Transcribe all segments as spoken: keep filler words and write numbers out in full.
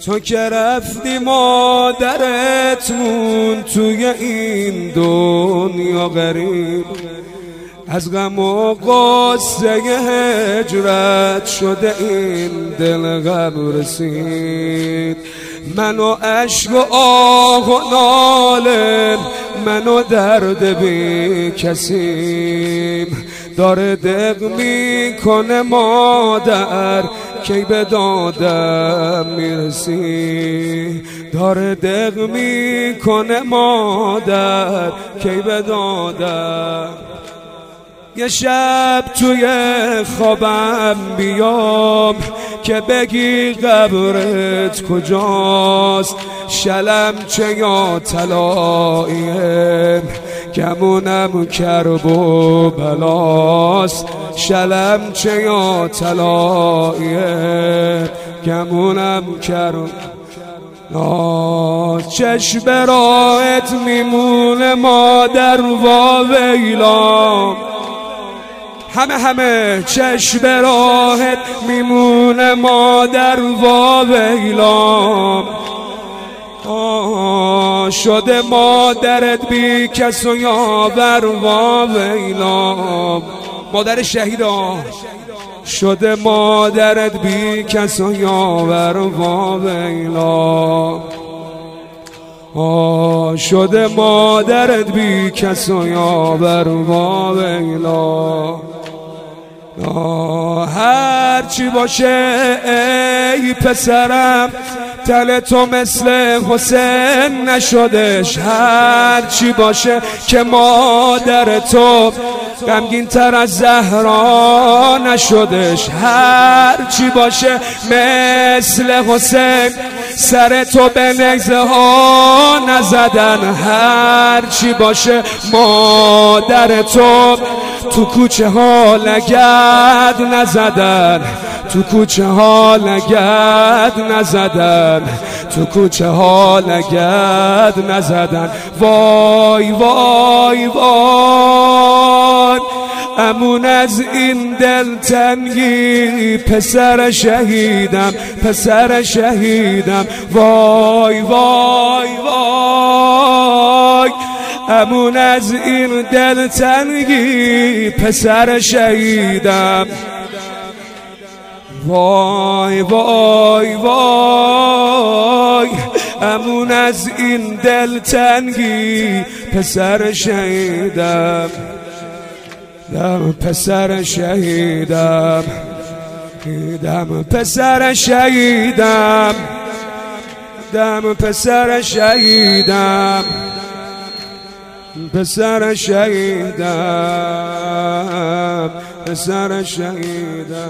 تو که رفتی مادرت مون توی این دنیا غریب، از غم و غصه هجرت شده این دل غم رسید. من و عشق و آه و ناله، من و درد بی کسیم، داره دق میکنه مادر کی به دادم میرسی، داره دق میکنه مادر کی به دادم. یه شب توی خوابم بیام که بگی قبرت کجاست، شلم چه یا طلاییه، گمونم کرب و بلاست، شلم چه یا طلاییه، گمونم کرب. چشم راهت میمونه مادر و ویلام، همه همه چشم راهت میمونه مادر و ویلام. شده مادرت بی کس و یاور و ویلام، مادر شهیدا شده مادرت بی کس و یاور و ویلام. شده مادرت بی کس و یاور و ویلام. هر چی باشه ای پسرم تل تو مثل حسین نشدش، هر چی باشه که مادر تو غمگین تر از زهرا نشدش، هر چی باشه مثل حسین سر تو به نگزه ها نزدن، هر چی باشه مادر تو تو کوچه ها لگد نزدن، تو کوچه ها لگد نزدن، تو کوچه ها لگد نزدن. وای وای وای امون از این دلتنگی، پسر شهیدم پسر شهیدم. وای وای وای امون از این دلتنگی، پسر شهیدم. وای وای وای امون از این دلتنگی، پسر شهیدم، دم پسر شهیدم، دم پسر شهیدم، دم پسر شهیدم، پسر شهیدم، پسر شهیدم.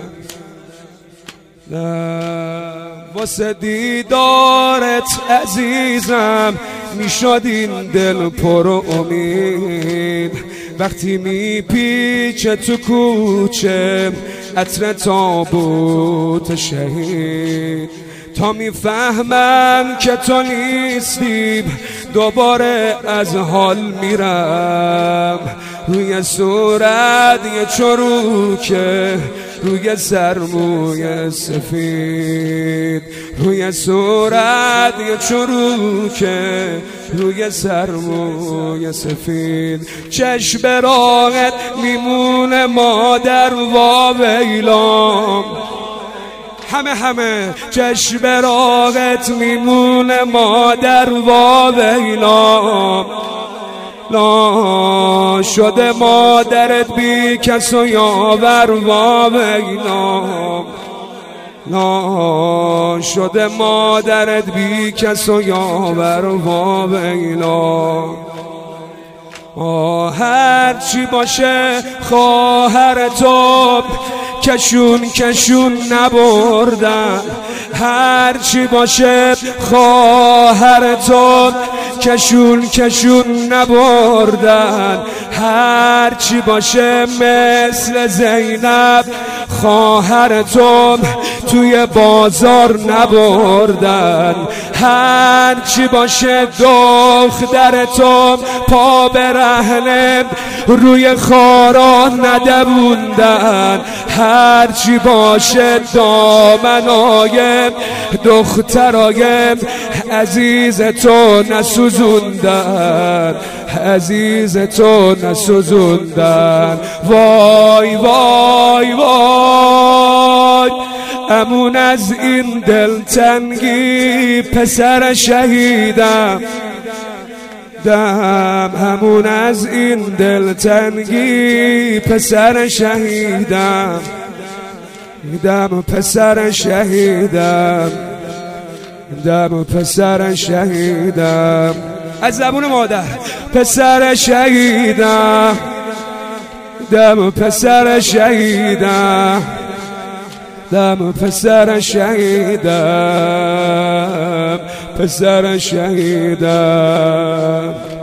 واسه دیدارت عزیزم میشد این دل پر امید، وقتی میپیچه تو کوچه عطر تابوت شهید، تا میفهمم که تو نیستیم دوباره از حال میرم. روی صورت یه چروکه، روی سرموی سفید، روی صورت یه چروکه، روی سرموی سفید. چشم راهت میمونه مادر و ویلام، همه همه چشم راهت میمونه مادر و ویلام. لا شده مادرت بی کس و یاور و ویلام، لا شده مادرت بی کس و یاور و ویلام. هر چی باشه خواهر تو کشون کشون نبردن، هر چی باشه خواهر تو کشون کشون نبردن، هر چی باشه مثل زینب خواهر تو توی بازار نبردن. هرچی باشه دختر تو پا برهنه روی خارا ندووندن. هرچی باشه دامنای دخترای عزیز تو نسوزوندن، عزیز تو نسوزوندن. وای وای وای امون از این دلتنگی پسر شهیدم دم، همون از این دلتنگی پسر شهیدم دم، پسر شهیدم دم، پسر شهیدم. از زبون مادر پسر شهیدم دم، پسر شهیدم دم، پسر شهیدم پسر شهیدم.